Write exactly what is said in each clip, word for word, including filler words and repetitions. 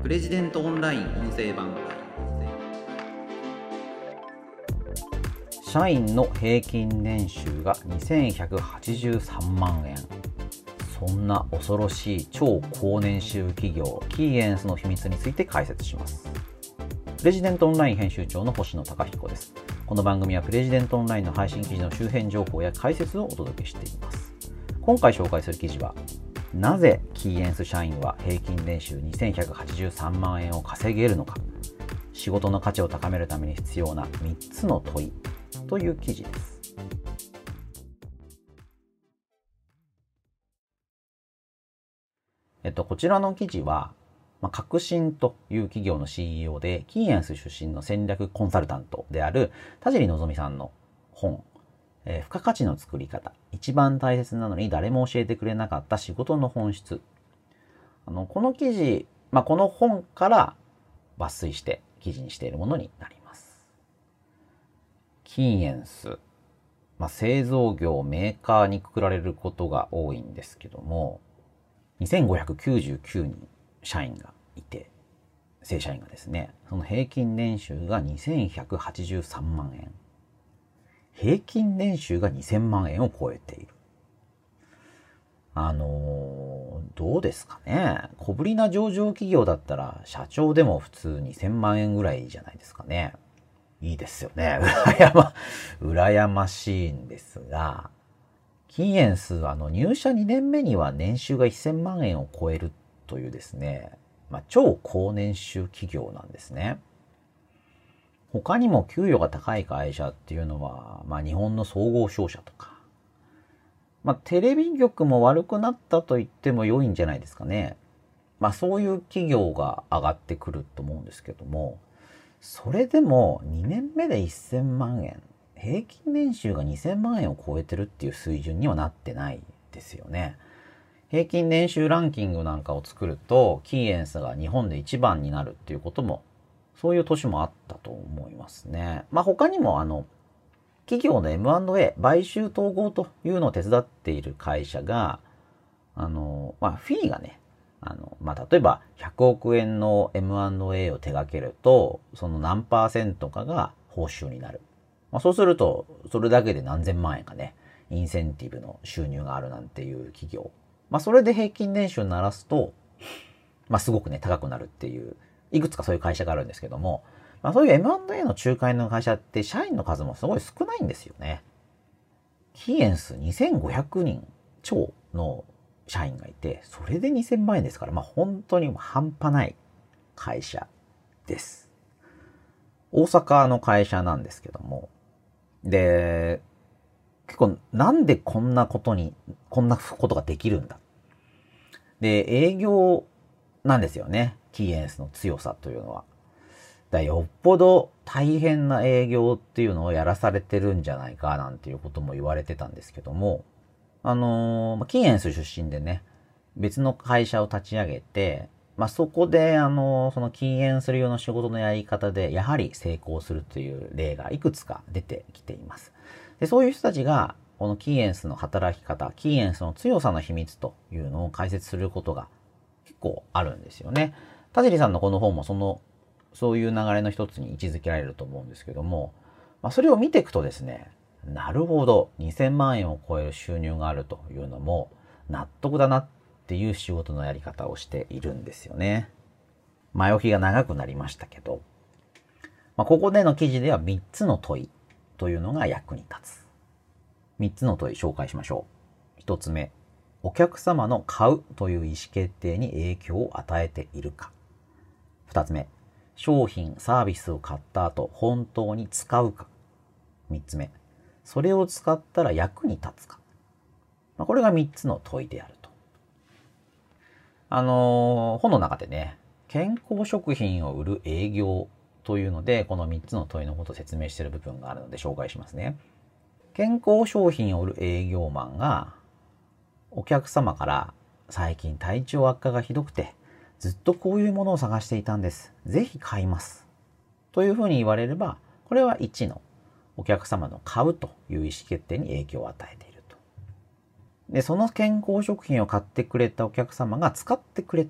プレジデントオンライン音声版。 社員の平均年収がにせんひゃくはちじゅうさんまんえん。そんな恐ろしい超高年収企業キーエンスの秘密について解説します。プレジデントオンライン編集長の星野貴彦です。この番組はプレジデントオンラインの配信記事の周辺情報や解説をお届けしています。今回紹介する記事は、なぜキーエンス社員は平均年収にせんひゃくはちじゅうさんまんえんを稼げるのか、仕事の価値を高めるために必要なみっつの問いという記事です。えっと、こちらの記事は、まあ、革新という企業の シーイーオー で、キーエンス出身の戦略コンサルタントである田尻望さんの本、えー、付加価値の作り方、一番大切なのに誰も教えてくれなかった仕事の本質。あの、この記事、まあ、この本から抜粋して記事にしているものになります。キーエンス、まあ、製造業、メーカーにくくられることが多いんですけども、にせんごひゃくきゅうじゅうきゅうにん社員がいて、正社員がですね、その平均年収がにせんひゃくはちじゅうさんまんえん。平均年収がにせんまんえんを超えている。あのー、どうですかね。小ぶりな上場企業だったら社長でも普通にせんまんえんぐらいじゃないですかね。いいですよね。羨ま、羨ましいんですが、キーエンスはあの入社にねんめには年収がせんまんえんを超えるというですね、まあ、超高年収企業なんですね。他にも給与が高い会社っていうのは、まあ、日本の総合商社とか、まあ、テレビ局も悪くなったと言っても良いんじゃないですかね。まあ、そういう企業が上がってくると思うんですけども、それでもにねんめでせんまんえん、平均年収がにせんまんえんを超えてるっていう水準にはなってないですよね。平均年収ランキングなんかを作ると、キーエンスが日本で一番になるっていうことも、そういう年もあったと思いますね。まあ他にもあの、企業の エムアンドエー、買収統合というのを手伝っている会社が、あの、まあフィーがね、あの、まあ例えばひゃくおくえんの エムアンドエー を手掛けると、その何パーセントかが報酬になる。まあそうすると、それだけで何千万円かね、インセンティブの収入があるなんていう企業。まあそれで平均年収にならすと、まあすごくね、高くなるっていう、いくつかそういう会社があるんですけども、まあそういう エムアンドエー の仲介の会社って社員の数もすごい少ないんですよね。キーエンスにせんごひゃくにん超の社員がいて、それでにせんまんえんですから、まあ本当に半端ない会社です。大阪の会社なんですけども、で、結構なんでこんなことに、こんなことができるんだ。で、営業なんですよね。キーエンスの強さというのは。だよっぽど大変な営業っていうのをやらされてるんじゃないかなんていうことも言われてたんですけども、あのー、キーエンス出身でね、別の会社を立ち上げて、まあ、そこで、あのー、そのキーエンス流の仕事のやり方で、やはり成功するという例がいくつか出てきています。で、そういう人たちが、このキーエンスの働き方、キーエンスの強さの秘密というのを解説することが結構あるんですよね。田尻さんのこの本もその、そういう流れの一つに位置づけられると思うんですけども、まあ、それを見ていくとですね、なるほど、にせんまんえんを超える収入があるというのも納得だなっていう仕事のやり方をしているんですよね。前置きが長くなりましたけど、まあ、ここでの記事ではみっつの問いというのが役に立つ。みっつの問い紹介しましょう。ひとつめ、お客様の買うという意思決定に影響を与えているか。ふたつめ、商品、サービスを買った後、本当に使うか。みっつめ、それを使ったら役に立つか。まあ、これがみっつの問いであると。あのー、本の中でね、健康食品を売る営業というので、このみっつの問いのことを説明している部分があるので紹介しますね。健康商品を売る営業マンが、お客様から最近体調悪化がひどくて、ずっとこういうものを探していたんです。ぜひ買います。というふうに言われれば、これはいちのお客様の買うという意思決定に影響を与えているで、その健康食品を買ってくれたお客様が使ってくれたか。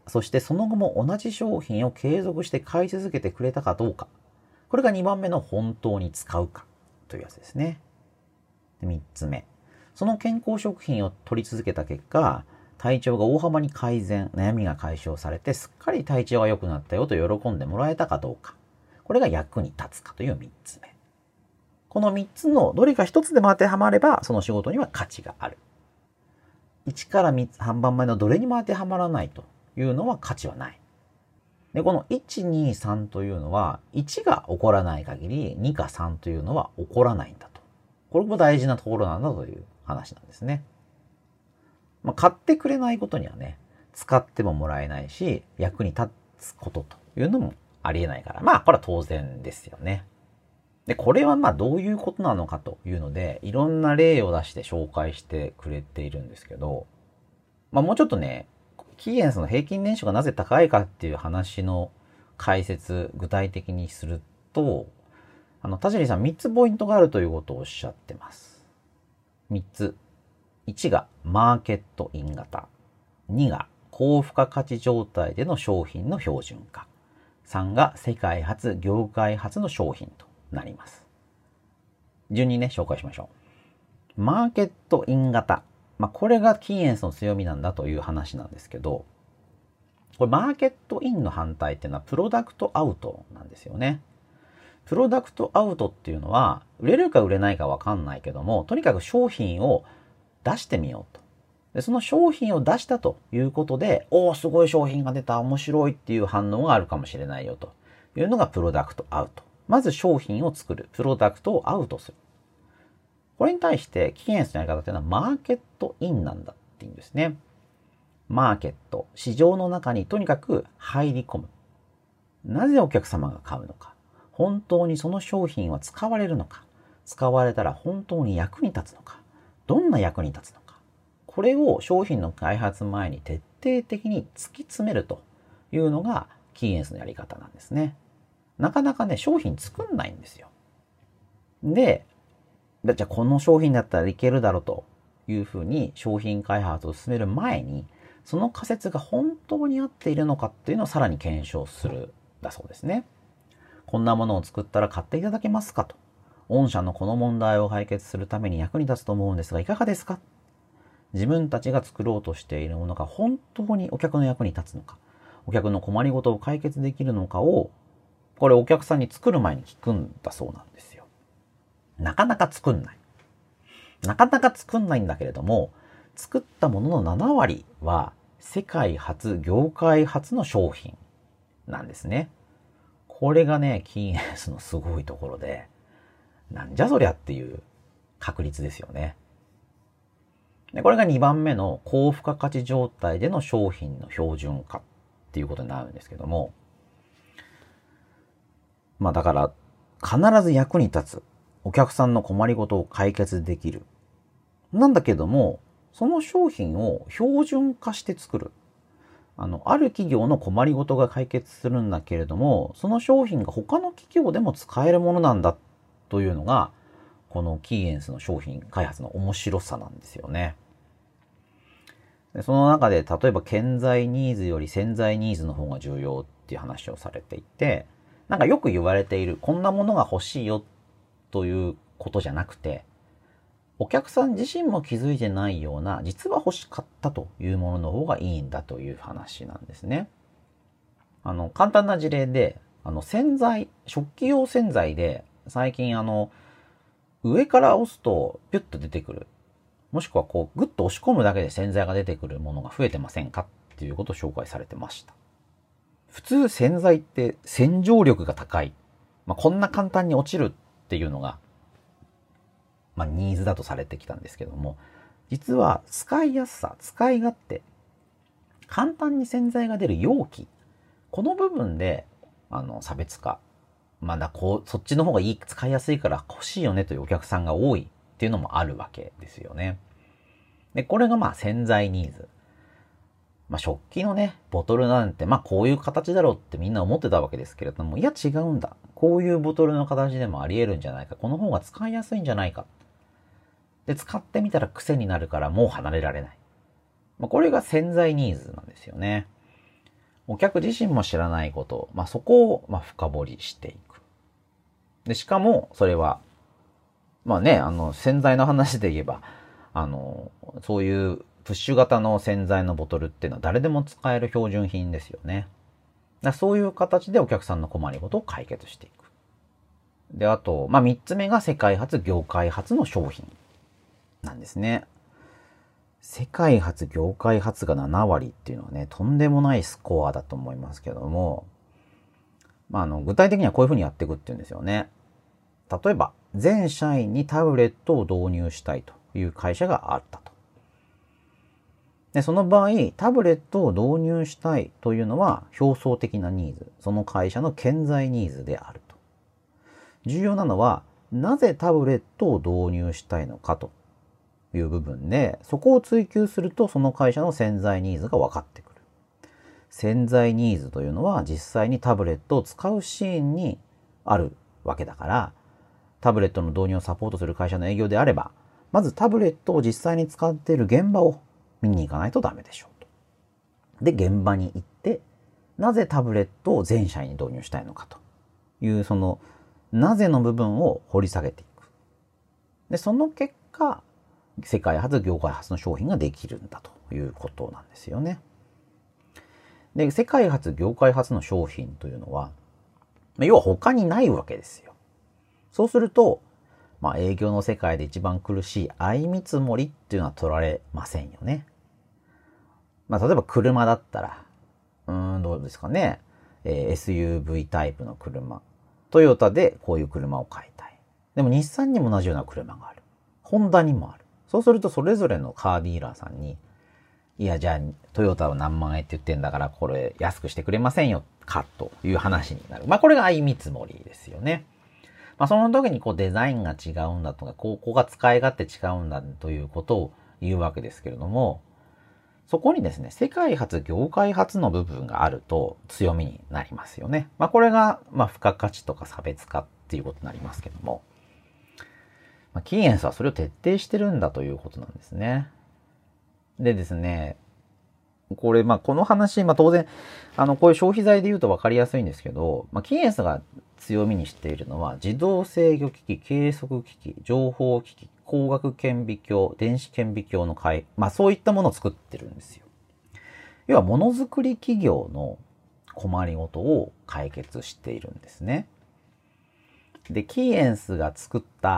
そしてその後も同じ商品を継続して買い続けてくれたかどうか。これがにばんめの本当に使うかというやつですね。でみっつめ。その健康食品を取り続けた結果、体調が大幅に改善、悩みが解消されて、すっかり体調が良くなったよと喜んでもらえたかどうか。これが役に立つかというみっつめ。このみっつのどれかひとつでも当てはまれば、その仕事には価値がある。いちからみっつ、半番前のどれにも当てはまらないというのは価値はない。で、このいち、に、さんというのは、いちが起こらない限り、にかさんというのは起こらないんだと。これも大事なところなんだという話なんですね。まあ、買ってくれないことにはね、使ってももらえないし、役に立つことというのもありえないから、まあ、これは当然ですよね。で、これはまあどういうことなのかというので、いろんな例を出して紹介してくれているんですけど、まあもうちょっとね、キーエンスの平均年収がなぜ高いかっていう話の解説、具体的にすると、あの、田尻さんみっつポイントがあるということをおっしゃってます。みっつ。いちがマーケットイン型。にが高付加価値状態での商品の標準化。さんが世界初、業界初の商品となります。順にね、紹介しましょう。マーケットイン型。まあ、これがキーエンスの強みなんだという話なんですけど、これマーケットインの反対っていうのはプロダクトアウトなんですよね。プロダクトアウトっていうのは、売れるか売れないかわかんないけども、とにかく商品を出してみようと。で、その商品を出したということで、おー、すごい商品が出た、面白いっていう反応があるかもしれないよというのがプロダクトアウト。まず商品を作る。プロダクトをアウトする。これに対して、キーエンスのやり方っていうのはマーケットインなんだっていうんですね。マーケット、市場の中にとにかく入り込む。なぜお客様が買うのか。本当にその商品は使われるのか。使われたら本当に役に立つのか。どんな役に立つのか。これを商品の開発前に徹底的に突き詰めるというのがキーエンスのやり方なんですね。なかなかね、商品作んないんですよ。で、じゃあこの商品だったらいけるだろうというふうに商品開発を進める前に、その仮説が本当に合っているのかっていうのをさらに検証するだそうですね。こんなものを作ったら買っていただけますかと。御社のこの問題を解決するために役に立つと思うんですがいかがですか。自分たちが作ろうとしているものが本当にお客の役に立つのか、お客の困りごとを解決できるのかを、これお客さんに作る前に聞くんだそうなんですよ。なかなか作んない。なかなか作んないんだけれども、作ったもののななわりは世界初、業界初の商品なんですね。これがね、キーエンスのすごいところで、なんじゃそりゃっていう確率ですよね。で、これがにばんめの高付加価値状態での商品の標準化っていうことになるんですけども、まあだから必ず役に立つ、お客さんの困りごとを解決できる。なんだけども、その商品を標準化して作る。あの、ある企業の困りごとが解決するんだけれども、その商品が他の企業でも使えるものなんだというのが、このキーエンスの商品開発の面白さなんですよね。でその中で、例えば顕在ニーズより潜在ニーズの方が重要っていう話をされていて、なんかよく言われている、こんなものが欲しいよということじゃなくて、お客さん自身も気づいてないような、実は欲しかったというものの方がいいんだという話なんですね。あの、簡単な事例で、あの、洗剤、食器用洗剤で、最近あの、上から押すとピュッと出てくる。もしくはこう、グッと押し込むだけで洗剤が出てくるものが増えてませんかっていうことを紹介されてました。普通洗剤って洗浄力が高い。まあ、こんな簡単に落ちるっていうのが、まあ、ニーズだとされてきたんですけども、実は使いやすさ、使い勝手、簡単に洗剤が出る容器、この部分で、あの、差別化。まだこう、そっちの方がいい、使いやすいから欲しいよねというお客さんが多いっていうのもあるわけですよね。で、これがまあ洗剤ニーズ。まあ食器のね、ボトルなんて、まあこういう形だろうってみんな思ってたわけですけれども、いや違うんだ。こういうボトルの形でもあり得るんじゃないか。この方が使いやすいんじゃないか。で、使ってみたら癖になるからもう離れられない。まあ、これが潜在ニーズなんですよね。 お客自身も知らないこと、まあ、そこをまあ深掘りしていく。で、しかもそれは、まあね、あの洗剤の話で言えば、あのそういうプッシュ型の洗剤のボトルっていうのは誰でも使える標準品ですよね。だそういう形でお客さんの困りごとを解決していく。で、あと、まあ、みっつめが世界初、業界初の商品なんですね。世界初、業界初がななわりっていうのはね、とんでもないスコアだと思いますけども、まあ、あの具体的にはこういうふうにやっていくっていうんですよね。例えば、全社員にタブレットを導入したいという会社があったと。で、その場合、タブレットを導入したいというのは表層的なニーズ、その会社の潜在ニーズであると。重要なのは、なぜタブレットを導入したいのかという部分で、そこを追求するとその会社の潜在ニーズが分かってくる。潜在ニーズというのは実際にタブレットを使うシーンにあるわけだから、タブレットの導入をサポートする会社の営業であれば、まずタブレットを実際に使っている現場を見に行かないとダメでしょうと。で、現場に行って、なぜタブレットを全社員に導入したいのかという、その、なぜの部分を掘り下げていく。で、その結果、世界初、業界初の商品ができるんだということなんですよね。で、世界初、業界初の商品というのは、要は他にないわけですよ。そうすると、まあ営業の世界で一番苦しい相見積もりっていうのは取られませんよね。まあ例えば車だったら、うーん、どうですかね。えー、エスユーブイ タイプの車。トヨタでこういう車を買いたい。でも日産にも同じような車がある。ホンダにもある。そうするとそれぞれのカーディーラーさんに、いやじゃあトヨタは何万円って言ってんだからこれ安くしてくれませんよかという話になる。まあこれが相見積もりですよね。まあその時にこうデザインが違うんだとか、ここが使い勝手違うんだということを言うわけですけれども、そこにですね、世界初、業界初の部分があると強みになりますよね。まあこれが、まあ付加価値とか差別化っていうことになりますけども、まあ、キーエンスはそれを徹底してるんだということなんですね。でですね、これ、まあ、この話、まあ、当然、あの、こういう消費財で言うと分かりやすいんですけど、まあ、キーエンスが強みにしているのは、自動制御機器、計測機器、情報機器、光学顕微鏡、電子顕微鏡の開、まあ、そういったものを作ってるんですよ。要は、ものづくり企業の困りごとを解決しているんですね。で、キーエンスが作った、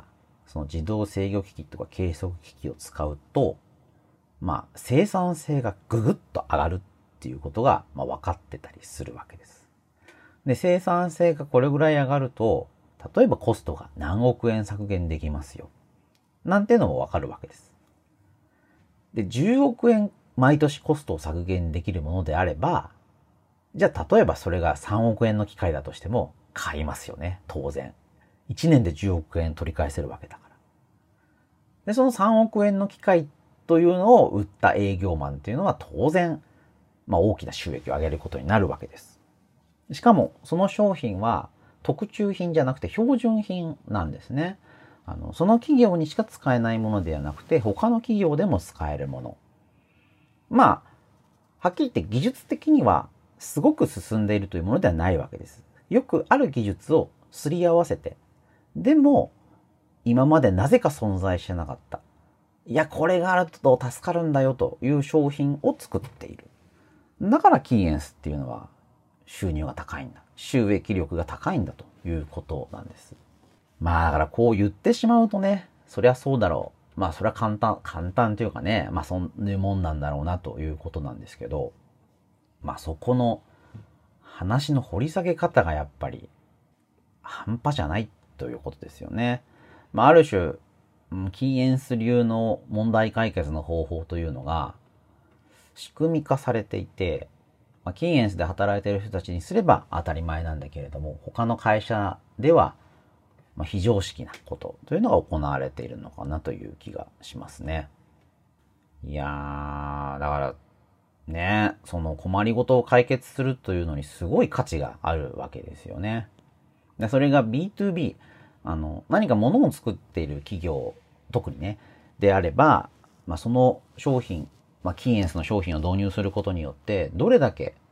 その自動制御機器とか計測機器を使うと、まあ、生産性がぐぐっと上がるっていうことが、まあ、分かってたりするわけです。で、生産性がこれぐらい上がると、例えばコストが何億円削減できますよ。なんていうのも分かるわけです。で、じゅうおくえん毎年コストを削減できるものであれば、じゃあ例えばそれがさんおくえんの機械だとしても買いますよね、当然。いちねんでじゅうおくえん取り返せるわけだから。で、そのさんおくえんの機械というのを売った営業マンっていうのは当然、まあ、大きな収益を上げることになるわけです。しかもその商品は特注品じゃなくて標準品なんですね。あのその企業にしか使えないものではなくて他の企業でも使えるもの。まあはっきり言って技術的にはすごく進んでいるというものではないわけです。よくある技術をすり合わせて、でも今までなぜか存在してなかった。いや、これがあると助かるんだよという商品を作っている。だからキーエンスっていうのは収入が高いんだ。収益力が高いんだということなんです。まあだからこう言ってしまうとね、そりゃそうだろう。まあそれは簡単、簡単というかね、まあそういうもんなんだろうなということなんですけど、まあそこの話の掘り下げ方がやっぱり半端じゃないということですよね。まあある種、キーエンス流の問題解決の方法というのが仕組み化されていて、まあ、キーエンスで働いている人たちにすれば当たり前なんだけれども、他の会社では非常識なことというのが行われているのかなという気がしますね。いやー、だからね、その困りごとを解決するというのにすごい価値があるわけですよね。でそれが ビーツービー、あの何か物を作っている企業、特にね、であれば、まあ、その商品、まあ、キーエンスの商品を導入することによって、どれだけ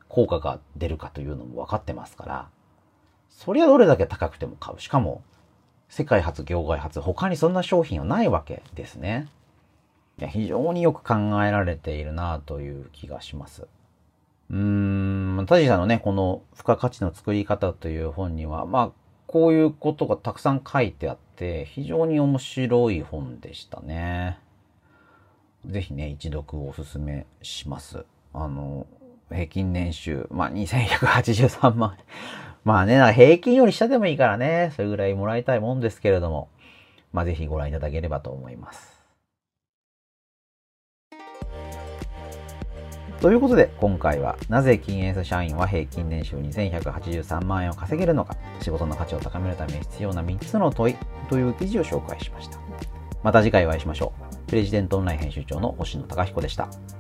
効果が出るかというのも分かってますから、そりゃどれだけ高くても買う。しかも、世界初、業界初、他にそんな商品はないわけですね。いや、非常によく考えられているなという気がします。うーん、田尻さんのね、この付加価値の作り方という本には、まあ、こういうことがたくさん書いてあって、非常に面白い本でしたね。ぜひね、一読をお勧めします。あの、平均年収、まあ、にせんひゃくはちじゅうさんまん。まあね、平均より下でもいいからね、それぐらいもらいたいもんですけれども、まあ、ぜひご覧いただければと思います。ということで、今回は、なぜキンエース社員は平均年収にせんひゃくはちじゅうさんまんえんを稼げるのか、仕事の価値を高めるために必要なみっつの問いという記事を紹介しました。また次回お会いしましょう。プレジデントオンライン編集長の星野貴彦でした。